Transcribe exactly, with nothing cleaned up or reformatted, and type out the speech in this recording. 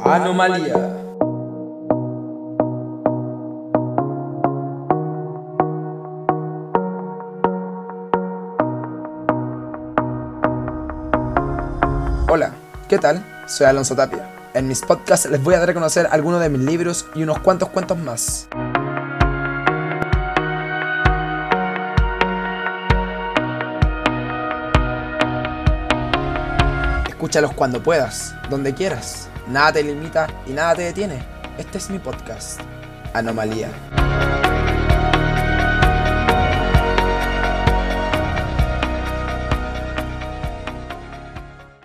Anomalía. Hola, ¿qué tal? Soy Alonso Tapia. En mis podcasts les voy a dar a conocer algunos de mis libros y unos cuantos cuentos más. Escúchalos cuando puedas, donde quieras. Nada te limita y nada te detiene. Este es mi podcast, Anomalía.